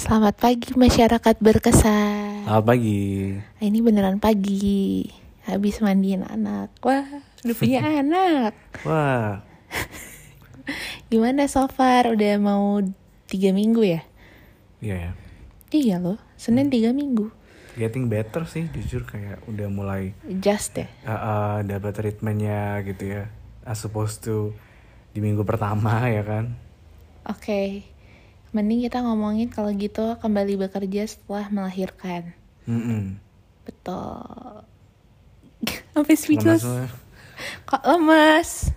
Selamat pagi masyarakat berkesan. Selamat pagi. Ini beneran pagi. Habis mandiin anak. Wah, udah punya anak. Wah, Gimana so far? Udah mau 3 minggu ya? iya ya. Iya loh, Senin 3 minggu. Getting better sih, jujur kayak udah mulai Just ya? dapat ritmenya gitu ya. As opposed to di minggu pertama ya kan. Oke. Mending kita ngomongin kalau gitu kembali bekerja setelah melahirkan. Betul. Sampai speechless. Kok lemas?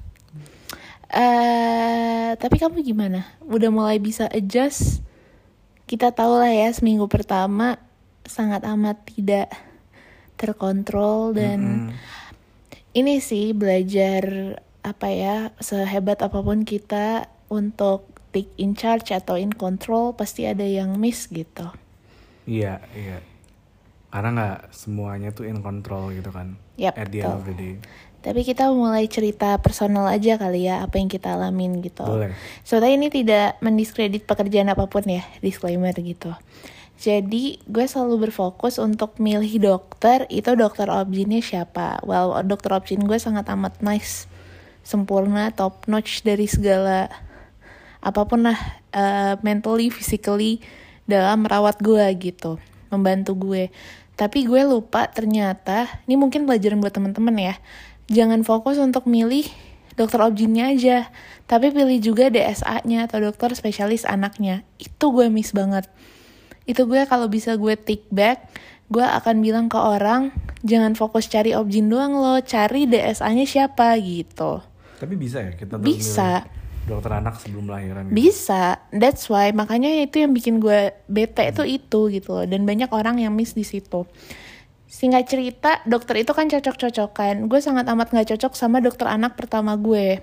Tapi kamu gimana? Udah mulai bisa adjust? Kita tahu lah ya, seminggu pertama sangat amat tidak terkontrol dan ini sih belajar apa ya, sehebat apapun kita untuk take in charge atau in control pasti ada yang miss gitu. Iya. Karena nggak semuanya tuh in control gitu kan. Yap, At the end of the day. Tapi kita mulai cerita personal aja kali ya, apa yang kita alamin gitu. Boleh. Soalnya ini tidak mendiskredit pekerjaan apapun ya, disclaimer gitu. Jadi gue selalu berfokus untuk milih dokter, itu dokter obgynnya siapa. Well, dokter obgyn gue sangat amat nice, sempurna, top notch dari segala apapun lah, mentally, physically dalam merawat gue gitu, membantu gue. Tapi gue lupa ternyata, ini mungkin pelajaran buat teman-teman ya, jangan fokus untuk milih dokter obgynnya aja, tapi pilih juga DSA-nya atau dokter spesialis anaknya. Itu gue miss banget. Itu gue kalau bisa gue take back, gue akan bilang ke orang, jangan fokus cari obgyn doang lo, cari DSA-nya siapa gitu. Tapi bisa ya kita tuh Bisa. milih dokter anak sebelum lahiran gitu. Bisa, that's why, makanya itu yang bikin gue bete itu gitu loh. Dan banyak orang yang miss di situ. Singkat cerita, dokter itu kan cocok-cocokan. Gue sangat amat gak cocok sama dokter anak pertama gue.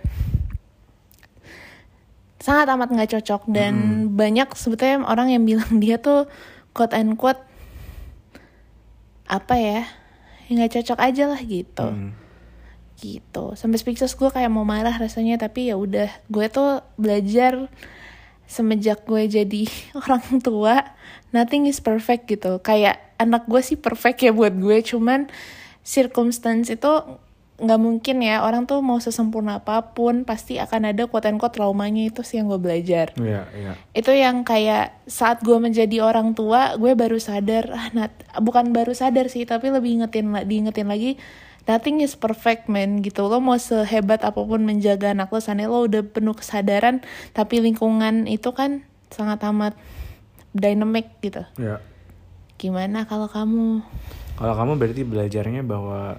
Sangat amat gak cocok. Dan banyak sebetulnya orang yang bilang dia tuh quote and quote apa ya, yang gak cocok aja lah gitu. Gitu. Sampai speechless, gue kayak mau marah rasanya, tapi ya udah, gue tuh belajar semenjak gue jadi orang tua, nothing is perfect gitu. Kayak anak gue sih perfect ya buat gue, cuman circumstance itu nggak mungkin ya, orang tuh mau sesempurna apapun pasti akan ada quote and quote traumanya. Itu sih yang gue belajar. Iya. Itu yang kayak saat gue menjadi orang tua, gue baru sadar, bukan baru sadar sih, tapi lebih diingetin lagi, nothing is perfect man gitu. Lo mau sehebat apapun menjaga anak lo, sana lo udah penuh kesadaran, tapi lingkungan itu kan sangat amat dynamic gitu. Iya. Gimana kalau kamu? Kalau kamu berarti belajarnya bahwa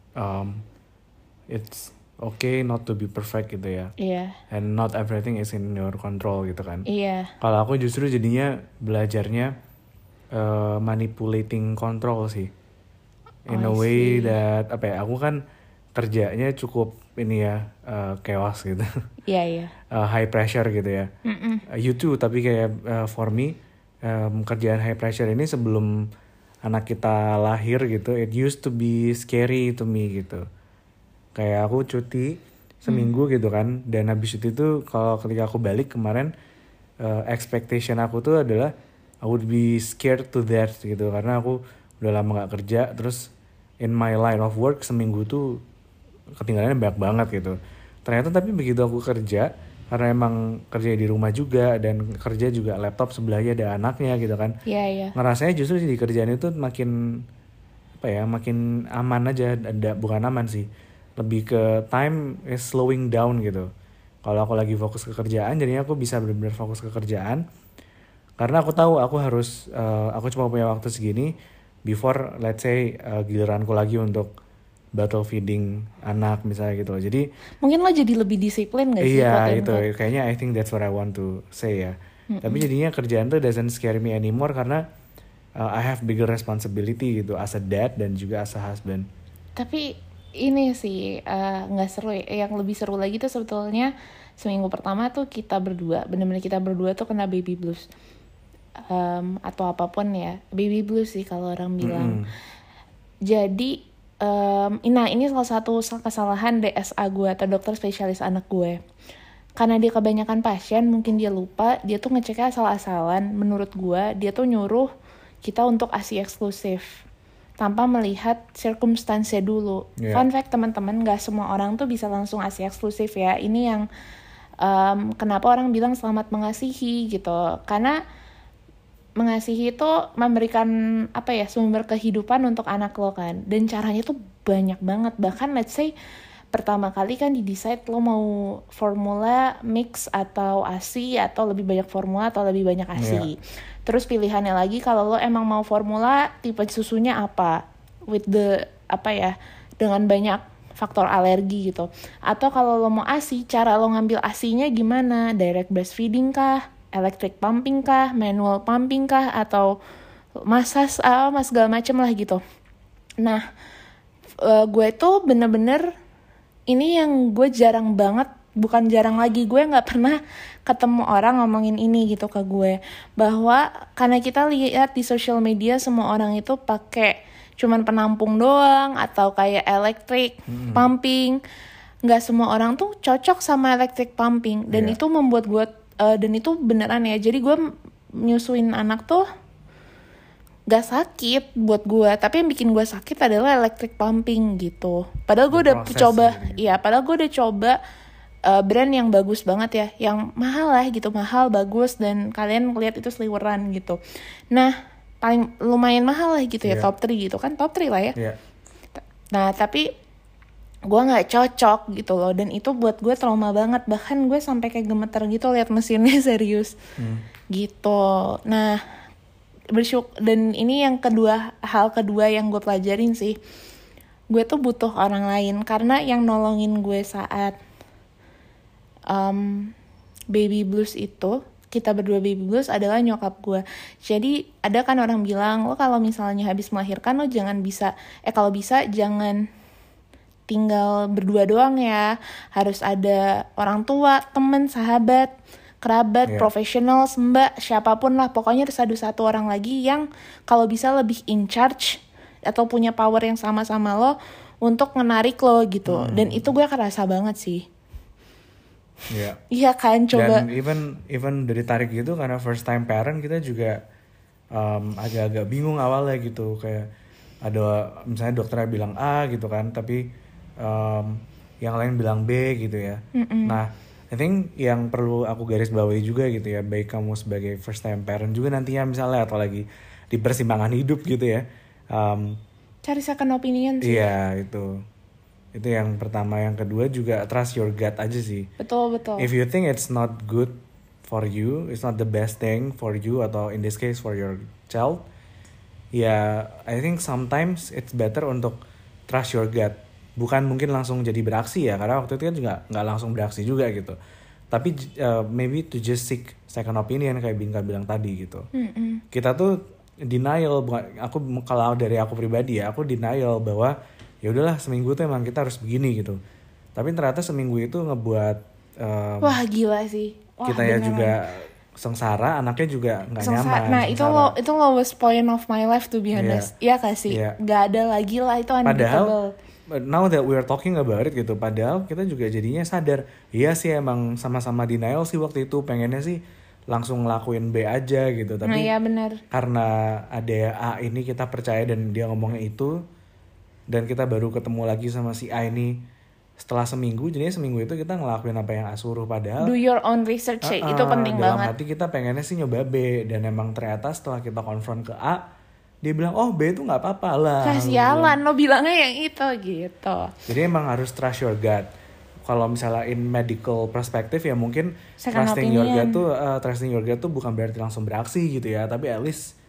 it's okay not to be perfect gitu ya. Iya. And not everything is in your control gitu kan. Iya. Kalau aku justru jadinya belajarnya manipulating control sih. In a way that apa ya, aku kan kerjanya cukup ini ya, chaos gitu. Iya. High pressure gitu ya. You too, tapi kayak for me kerjaan high pressure ini sebelum anak kita lahir gitu, it used to be scary to me gitu. Kayak aku cuti seminggu gitu kan, dan habis itu kalau ketika aku balik kemarin, expectation aku tuh adalah I would be scared to death gitu, karena aku udah lama gak kerja, terus in my line of work seminggu tuh ketinggalannya banyak banget gitu. Ternyata tapi begitu aku kerja, karena emang kerja di rumah juga dan kerja juga laptop sebelahnya ada anaknya gitu kan. Iya. Ngerasanya justru di kerjaan itu makin apa ya, makin aman aja. Bukan aman sih, lebih ke time is slowing down gitu. Kalau aku lagi fokus ke kerjaan, jadinya aku bisa benar-benar fokus ke kerjaan. Karena aku tahu aku harus, aku cuma punya waktu segini before let's say giliranku lagi untuk battle feeding anak misalnya gitu. Jadi mungkin lo jadi lebih disiplin gak sih? Iya itu kayaknya I think that's what I want to say ya. Tapi jadinya kerjaan tuh doesn't scare me anymore karena I have bigger responsibility gitu as a dad dan juga as a husband. Tapi ini sih nggak seru ya. Yang lebih seru lagi tuh sebetulnya seminggu pertama tuh kita berdua, benar-benar kita berdua tuh kena baby blues. Atau apapun ya, baby blues sih kalau orang bilang. Jadi ini salah satu kesalahan DSA gue atau dokter spesialis anak gue. karena dia kebanyakan pasien, mungkin dia lupa, dia tuh ngeceknya asal-asalan. Menurut gue, dia tuh nyuruh kita untuk ASI eksklusif tanpa melihat circumstance dulu. Fun fact teman-teman, gak semua orang tuh bisa langsung ASI eksklusif ya. Ini yang kenapa orang bilang selamat mengasihi gitu. Karena mengasihi itu memberikan sumber kehidupan untuk anak lo kan. Dan caranya tuh banyak banget. Bahkan let's say pertama kali kan di-decide lo mau formula mix atau ASI atau lebih banyak formula atau lebih banyak ASI. Terus pilihannya lagi kalau lo emang mau formula tipe susunya apa with the dengan banyak faktor alergi gitu. Atau kalau lo mau ASI, cara lo ngambil ASInya gimana? Direct breastfeeding kah? Electric pumping kah? Manual pumping kah? Atau massage segala macem lah gitu. Nah, gue tuh bener-bener ini yang gue jarang banget, bukan jarang lagi, gue gak pernah ketemu orang ngomongin ini gitu ke gue. Bahwa karena kita lihat di social media semua orang itu pakai cuman penampung doang atau kayak electric pumping. Gak semua orang tuh cocok sama electric pumping. Dan itu membuat gue, dan itu beneran ya. Jadi gue nyusuin anak tuh gak sakit buat gue, tapi yang bikin gue sakit adalah electric pumping gitu. Padahal gue udah coba, padahal gue udah coba brand yang bagus banget ya, yang mahal lah gitu, mahal, bagus, dan kalian lihat itu sliweran gitu. Nah, paling lumayan mahal lah gitu ya, top 3 gitu kan, top 3 lah ya. Nah, tapi gue nggak cocok gitu loh, dan itu buat gue trauma banget. Bahkan gue sampai kayak gemeter gitu lihat mesinnya serius gitu. Nah, dan ini yang hal kedua yang gue pelajarin sih, gue tuh butuh orang lain, karena yang nolongin gue saat baby blues itu, kita berdua baby blues adalah nyokap gue. Jadi ada kan orang bilang, lo kalau misalnya habis melahirkan lo kalau bisa jangan tinggal berdua doang ya, harus ada orang tua, temen, sahabat, kerabat, profesional, mbak, siapapun lah, pokoknya harus ada satu orang lagi yang kalau bisa lebih in charge atau punya power yang sama-sama lo untuk menarik lo gitu. Dan itu gue kerasa banget sih. Iya kan, coba. Dan even dari tarik gitu, karena first time parent kita juga agak-agak bingung awalnya gitu, kayak ada misalnya dokternya bilang A gitu kan, tapi yang lain bilang B gitu ya. Nah, I think yang perlu aku garis bawahi juga gitu ya, baik kamu sebagai first time parent juga nantinya misalnya, atau lagi di persimpangan hidup gitu ya, cari second opinion sih. Iya, itu yang pertama. Yang kedua juga trust your gut aja sih. Betul. If you think it's not good for you, it's not the best thing for you, atau in this case for your child, ya I think sometimes it's better untuk trust your gut. Bukan mungkin langsung jadi beraksi ya, karena waktu itu kan juga nggak langsung beraksi juga gitu. Tapi maybe to just seek second opinion kayak Binka bilang tadi gitu. Kita tuh denial, kalau dari aku pribadi ya, aku denial bahwa ya udahlah seminggu tuh emang kita harus begini gitu. Tapi ternyata seminggu itu ngebuat wah gila sih. Kita ya juga sengsara, anaknya juga nggak nyaman. Nah itu lowest point of my life to be honest. Iya kasih, nggak ada lagi lah, itu unbeatable. Padahal now that we are talking about it gitu, padahal kita juga jadinya sadar, iya sih emang sama-sama denial sih waktu itu, pengennya sih langsung ngelakuin B aja gitu. Tapi bener. Karena ada A ini kita percaya dan dia ngomongnya itu, dan kita baru ketemu lagi sama si A ini setelah seminggu, jadinya seminggu itu kita ngelakuin apa yang A suruh. Padahal do your own research itu penting dalam banget. Dalam hati kita pengennya sih nyoba B, dan emang ternyata setelah kita konfront ke A, dia bilang oh B itu nggak apa-apa lah. Kasialan lo bilangnya yang itu gitu. Jadi emang harus trust your gut. Kalau misalnya in medical perspective ya mungkin trusting your gut tuh bukan berarti langsung beraksi gitu ya, tapi at least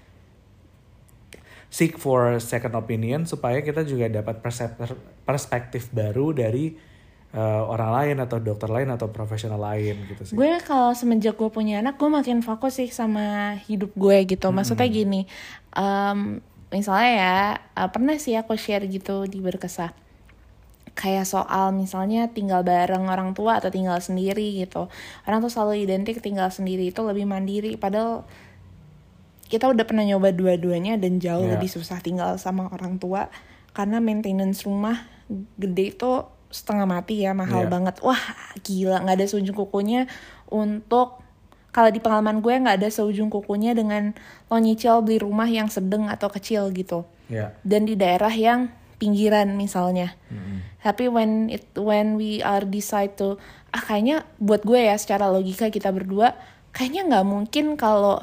seek for second opinion supaya kita juga dapat perspektif baru dari orang lain atau dokter lain atau profesional lain gitu sih. Gue kalau semenjak gue punya anak, gue makin fokus sih sama hidup gue gitu. Maksudnya gini, misalnya ya, pernah sih aku share gitu di Berkesah. Kayak soal misalnya tinggal bareng orang tua atau tinggal sendiri gitu. Orang tuh selalu identik tinggal sendiri itu lebih mandiri. Padahal kita udah pernah nyoba dua-duanya dan jauh lebih susah tinggal sama orang tua. Karena maintenance rumah gede itu setengah mati ya, mahal Iya. banget. Wah gila, nggak ada seujung kukunya untuk, kalau di pengalaman gue nggak ada seujung kukunya dengan lo nyicil beli rumah yang sedang atau kecil gitu. Iya. Dan di daerah yang pinggiran misalnya. Tapi when we are decide to, kayaknya buat gue ya secara logika kita berdua, kayaknya nggak mungkin kalau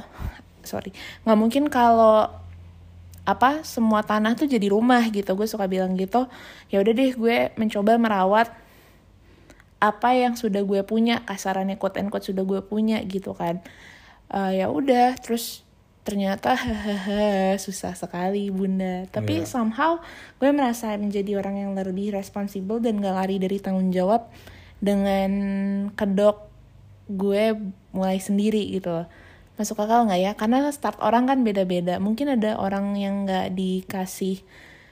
semua tanah tuh jadi rumah gitu. Gue suka bilang gitu. Ya udah deh, gue mencoba merawat apa yang sudah gue punya, kasarannya quote and quote sudah gue punya gitu kan. Ya udah, terus ternyata susah sekali bunda. Tapi somehow gue merasa menjadi orang yang lebih responsible dan gak lari dari tanggung jawab dengan kedok gue mulai sendiri gitu loh. Masuk akal gak ya? Karena start orang kan beda-beda. Mungkin ada orang yang gak dikasih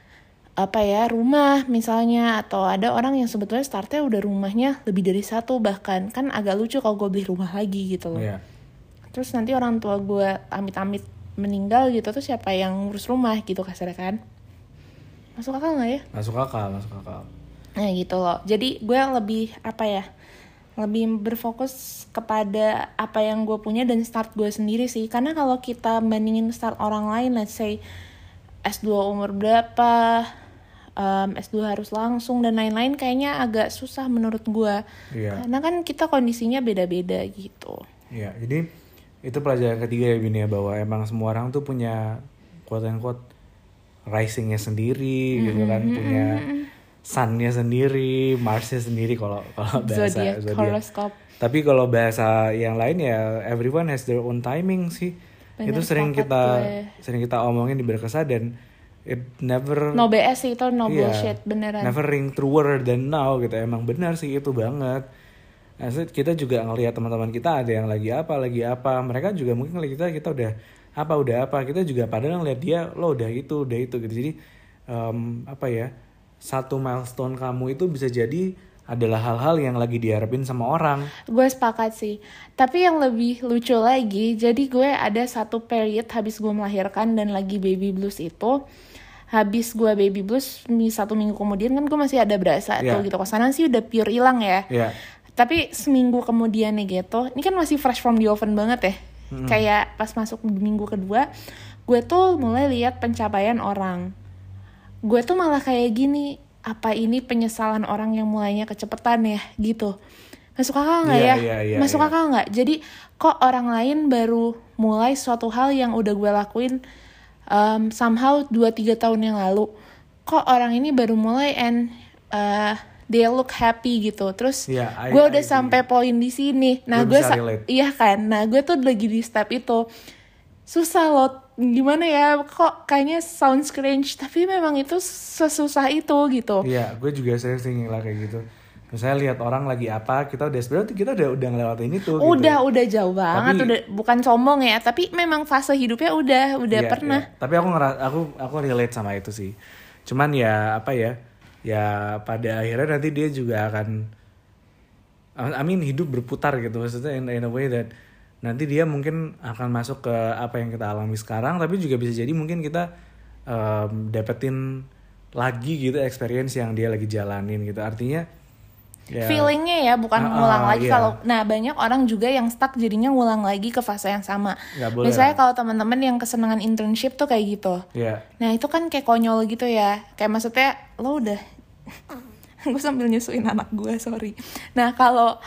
rumah misalnya, atau ada orang yang sebetulnya startnya udah rumahnya lebih dari satu, bahkan kan agak lucu kalau gue beli rumah lagi gitu loh. Terus nanti orang tua gue amit-amit meninggal gitu, tuh siapa yang ngurus rumah gitu kasarnya kan. Masuk akal gak ya? Masuk akal. Nah gitu loh, jadi gue lebih lebih berfokus kepada apa yang gue punya dan start gue sendiri sih. Karena kalau kita bandingin start orang lain, let's say S2 umur berapa, S2 harus langsung dan lain-lain, kayaknya agak susah menurut gue. Karena kan kita kondisinya beda-beda gitu. Iya, jadi itu pelajaran ketiga ya Bin ya, bahwa emang semua orang tuh punya quote and quote risingnya sendiri gitu kan, punya sunnya sendiri, Marsnya sendiri kalau bahasa zodiak. Horoscope. Tapi kalau bahasa yang lain ya everyone has their own timing sih. Bener, itu sering kita omongin di Berkesah, dan it never, no BS sih itu, no bullshit, beneran. Never ring truer than now gitu. Emang benar sih itu banget. Nah, kita juga ngelihat teman-teman kita ada yang lagi apa. Mereka juga mungkin ngelihat kita udah apa. Kita juga padahal ngelihat dia, lo udah itu gitu. Jadi satu milestone kamu itu bisa jadi adalah hal-hal yang lagi diharapin sama orang. Gue sepakat sih. Tapi yang lebih lucu lagi, jadi gue ada satu period habis gue melahirkan dan lagi baby blues itu. Habis gue baby blues 1 minggu kemudian kan gue masih ada berasa tuh gitu. Kosanan sih udah pure hilang ya. Tapi seminggu kemudian nih gitu, ini kan masih fresh from the oven banget ya. Kayak pas masuk minggu kedua, gue tuh mulai lihat pencapaian orang. Gue tuh malah kayak gini, apa ini penyesalan orang yang mulainya kecepetan ya gitu. Masuk akal gak ya? Masuk akal gak? Jadi kok orang lain baru mulai suatu hal yang udah gue lakuin somehow 2-3 tahun yang lalu. Kok orang ini baru mulai and they look happy gitu. Terus gue udah sampai poin di sini. Nah gue iya kan. Nah gue tuh lagi di step itu. Susah loh, gimana ya, kok kayaknya sound strange, tapi memang itu sesusah itu gitu. Iya, gue juga sering lah kayak gitu. Misalnya lihat orang lagi apa, kita udah ngelewatin itu. Udah jauh banget, tapi, udah bukan sombong ya, tapi memang fase hidupnya udah pernah. Iya. Tapi aku relate sama itu sih. Cuman ya pada akhirnya nanti dia juga akan, hidup berputar gitu, maksudnya in a way that nanti dia mungkin akan masuk ke apa yang kita alami sekarang, tapi juga bisa jadi mungkin kita dapetin lagi gitu experience yang dia lagi jalanin gitu. Artinya feelingnya ya, bukan ngulang lagi. Kalau banyak orang juga yang stuck jadinya ngulang lagi ke fase yang sama. Misalnya kalau teman-teman yang kesenangan internship tuh kayak gitu. Nah itu kan kayak konyol gitu ya. Kayak maksudnya lo udah gue sambil nyusuin anak gue, sorry. Nah kalau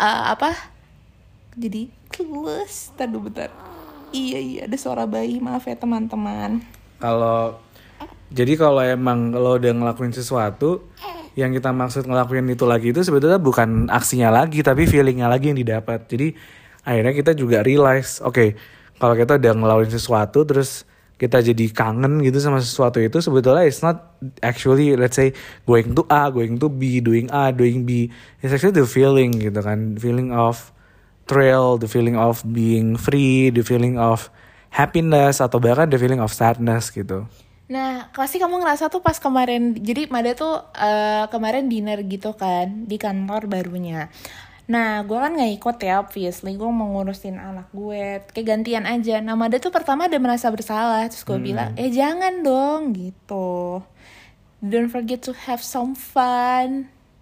jadi clueless, bentar. Iya ada suara bayi, maaf ya teman-teman. Kalau emang lo udah ngelakuin sesuatu, yang kita maksud ngelakuin itu lagi itu sebetulnya bukan aksinya lagi, tapi feelingnya lagi yang didapat. Jadi akhirnya kita juga realize, kalau kita udah ngelakuin sesuatu terus kita jadi kangen gitu sama sesuatu itu, sebetulnya it's not actually, let's say, going to A, going to B, doing A, doing B. It's actually the feeling gitu kan, feeling of thrill, the feeling of being free, the feeling of happiness, atau bahkan the feeling of sadness gitu. Nah, pasti kamu ngerasa tuh pas kemarin, jadi Mada tuh kemarin dinner gitu kan di kantor barunya. Nah, gue kan gak ikut ya, obviously gue mau ngurusin anak gue, kayak gantian aja. Nah, Mada tuh pertama ada merasa bersalah, terus gue bilang, jangan dong gitu, don't forget to have some fun.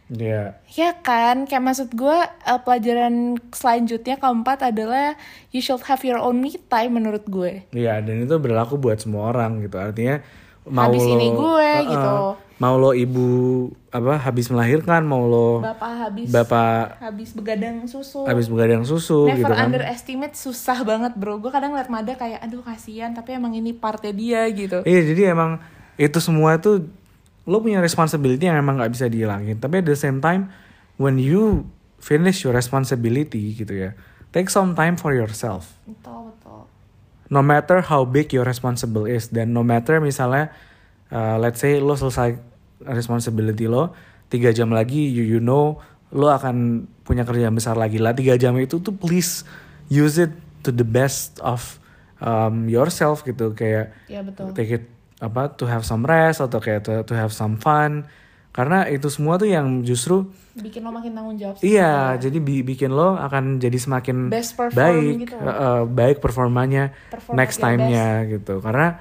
Iya. Ya kan, kayak maksud gue pelajaran selanjutnya keempat adalah you should have your own me time menurut gue. Iya, dan itu berlaku buat semua orang gitu. Artinya mau Habis lo ini gue gitu. Mau lo ibu habis melahirkan, mau lo Bapak habis begadang susu. Never gitu kan. Never underestimate, susah banget bro. Gue kadang liat Mada kayak aduh kasihan, tapi emang ini partnya dia gitu. Iya, jadi emang itu semua tuh lo punya responsibility yang emang gak bisa dihilangin. Tapi at the same time, when you finish your responsibility gitu ya, take some time for yourself. Betul. No matter how big your responsible is, dan no matter misalnya, let's say lo selesai responsibility lo, 3 jam lagi you know lo akan punya kerjaan besar lagi lah. 3 jam itu tuh please use it to the best of yourself gitu, kayak betul. take it to have some rest atau kayak to have some fun, karena itu semua tuh yang justru bikin lo makin tanggung jawab. Iya, jadi bikin lo akan jadi semakin baik gitu. Baik performanya next time-nya gitu. Karena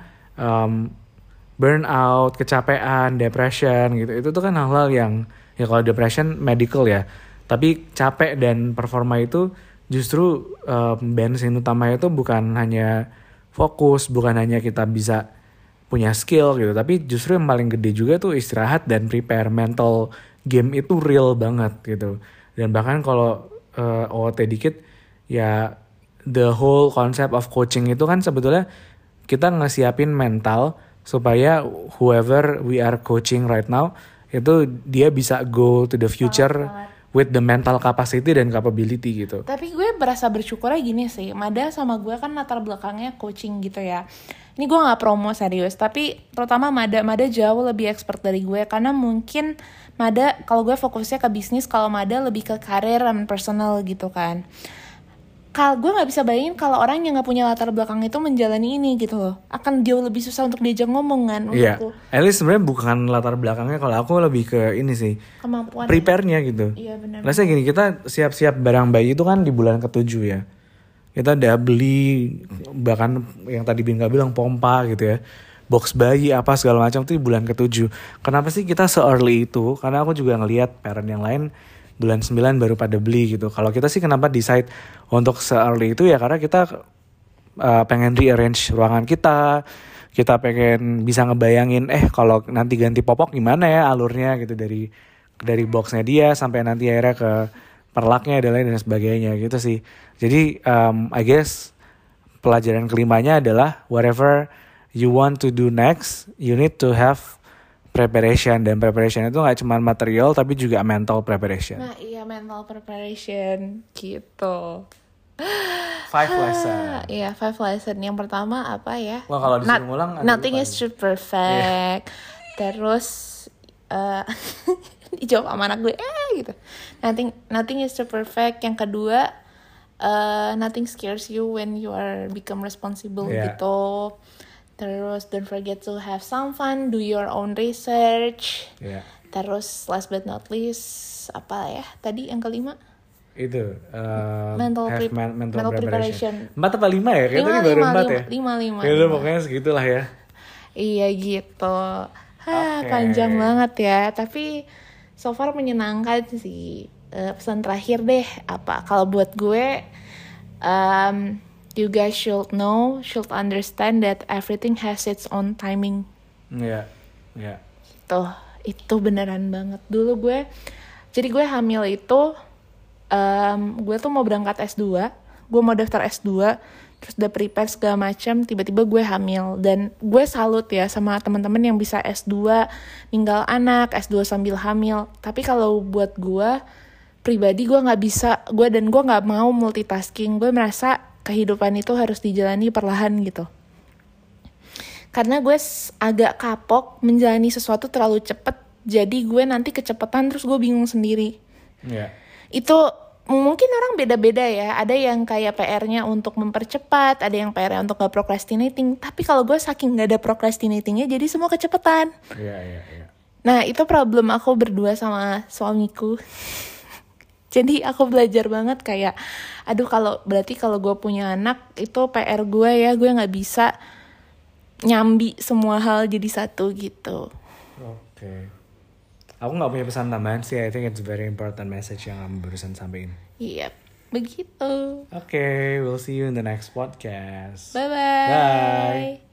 burnout, kecapean, depression gitu, itu tuh kan hal-hal yang ya kalau depression medical ya, tapi capek dan performa itu justru bensin utamanya itu bukan hanya fokus, bukan hanya kita bisa punya skill gitu, tapi justru yang paling gede juga tuh istirahat dan prepare mental game itu real banget gitu. Dan bahkan kalau OOT dikit ya, the whole concept of coaching itu kan sebetulnya kita ngesiapin mental supaya whoever we are coaching right now itu dia bisa go to the future with the mental capacity dan capability gitu. Tapi gue berasa bersyukurnya gini sih, Mada sama gue kan latar belakangnya coaching gitu ya. Ini gue gak promo serius, tapi terutama Mada jauh lebih expert dari gue. Karena mungkin Mada, kalau gue fokusnya ke bisnis, kalau Mada lebih ke karir dan personal gitu kan. Kalau gue gak bisa bayangin kalau orang yang gak punya latar belakang itu menjalani ini gitu loh. Akan jauh lebih susah untuk diajak ngomong kan. Iya, at least sebenarnya bukan latar belakangnya, kalau aku lebih ke ini sih, kemampuan prepare-nya gitu. Iya benar. Rasanya gini, kita siap-siap barang bayi itu kan di bulan ke-7 ya. Kita udah beli, bahkan yang tadi Binka bilang pompa gitu ya, box bayi apa segala macam tuh di bulan ke-7. Kenapa sih kita se-early itu? Karena aku juga ngelihat parent yang lain bulan 9 baru pada beli gitu. Kalau kita sih kenapa decide untuk se-early itu ya karena kita pengen rearrange ruangan kita pengen bisa ngebayangin kalau nanti ganti popok gimana ya alurnya gitu, dari boxnya dia sampai nanti akhirnya ke perlaknya dan lain dan sebagainya gitu sih. Jadi I guess pelajaran kelimanya adalah whatever you want to do next, you need to have preparation, dan preparation itu gak cuma material tapi juga mental preparation. Nah iya, mental preparation gitu. 5 lesson. Iya, 5 lesson. Yang pertama apa ya? Wah, kalau disuruh ngulang nothing is too perfect. Terus dijawab sama anak gue gitu. Nothing is too perfect. Yang kedua, nothing scares you when you are become responsible gitu. Terus don't forget to have some fun, do your own research. Terus last but not least apa ya? Tadi yang kelima? Itu mental preparation. 4 apa 5 ya? Kayaknya tadi baru 4 ya? 5. Ya udah pokoknya segitulah ya. Iya gitu. Panjang banget ya. Tapi so far menyenangkan sih. Pesan terakhir deh apa? Kalau buat gue, you guys should understand that everything has its own timing. Iya. Itu beneran banget. Dulu jadi gue hamil itu, gue tuh mau berangkat S2, gue mau daftar S2, terus udah prepare segala macam, tiba-tiba gue hamil. Dan gue salut ya sama teman-teman yang bisa S2 ninggal anak, S2 sambil hamil. Tapi kalau buat gue pribadi, gue nggak bisa, gue nggak mau multitasking. Gue merasa kehidupan itu harus dijalani perlahan gitu. Karena gue agak kapok menjalani sesuatu terlalu cepet, jadi gue nanti kecepetan terus gue bingung sendiri. Itu mungkin orang beda-beda ya. Ada yang kayak PR-nya untuk mempercepat, ada yang PR-nya untuk gak procrastinating. Tapi kalau gue saking gak ada procrastinatingnya, jadi semua kecepetan. Nah itu problem aku berdua sama suamiku. Jadi aku belajar banget kayak, berarti kalau gue punya anak, itu PR gue ya, gue gak bisa nyambi semua hal jadi satu gitu. Aku nggak punya pesan tambahan sih. I think it's very important message yang kamu barusan sampaikan. Iya, begitu. Okay, we'll see you in the next podcast. Bye-bye. Bye.